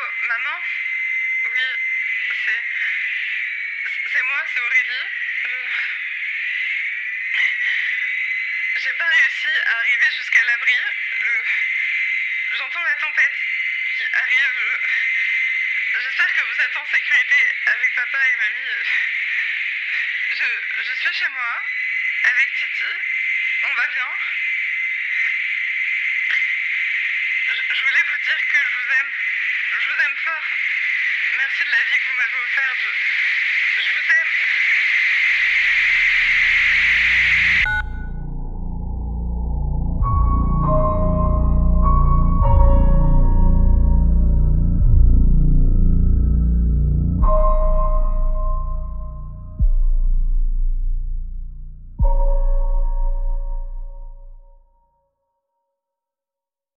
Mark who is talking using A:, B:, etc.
A: maman? Oui, c'est... c'est moi, c'est Aurélie. J'ai pas réussi à arriver jusqu'à l'abri. J'entends la tempête qui arrive. J'espère que vous êtes en sécurité avec papa et mamie. Je suis chez moi, avec Titi. On va bien. Je voulais vous dire que je vous aime. Je vous aime fort. Merci de la vie que vous m'avez offerte. Je vous aime.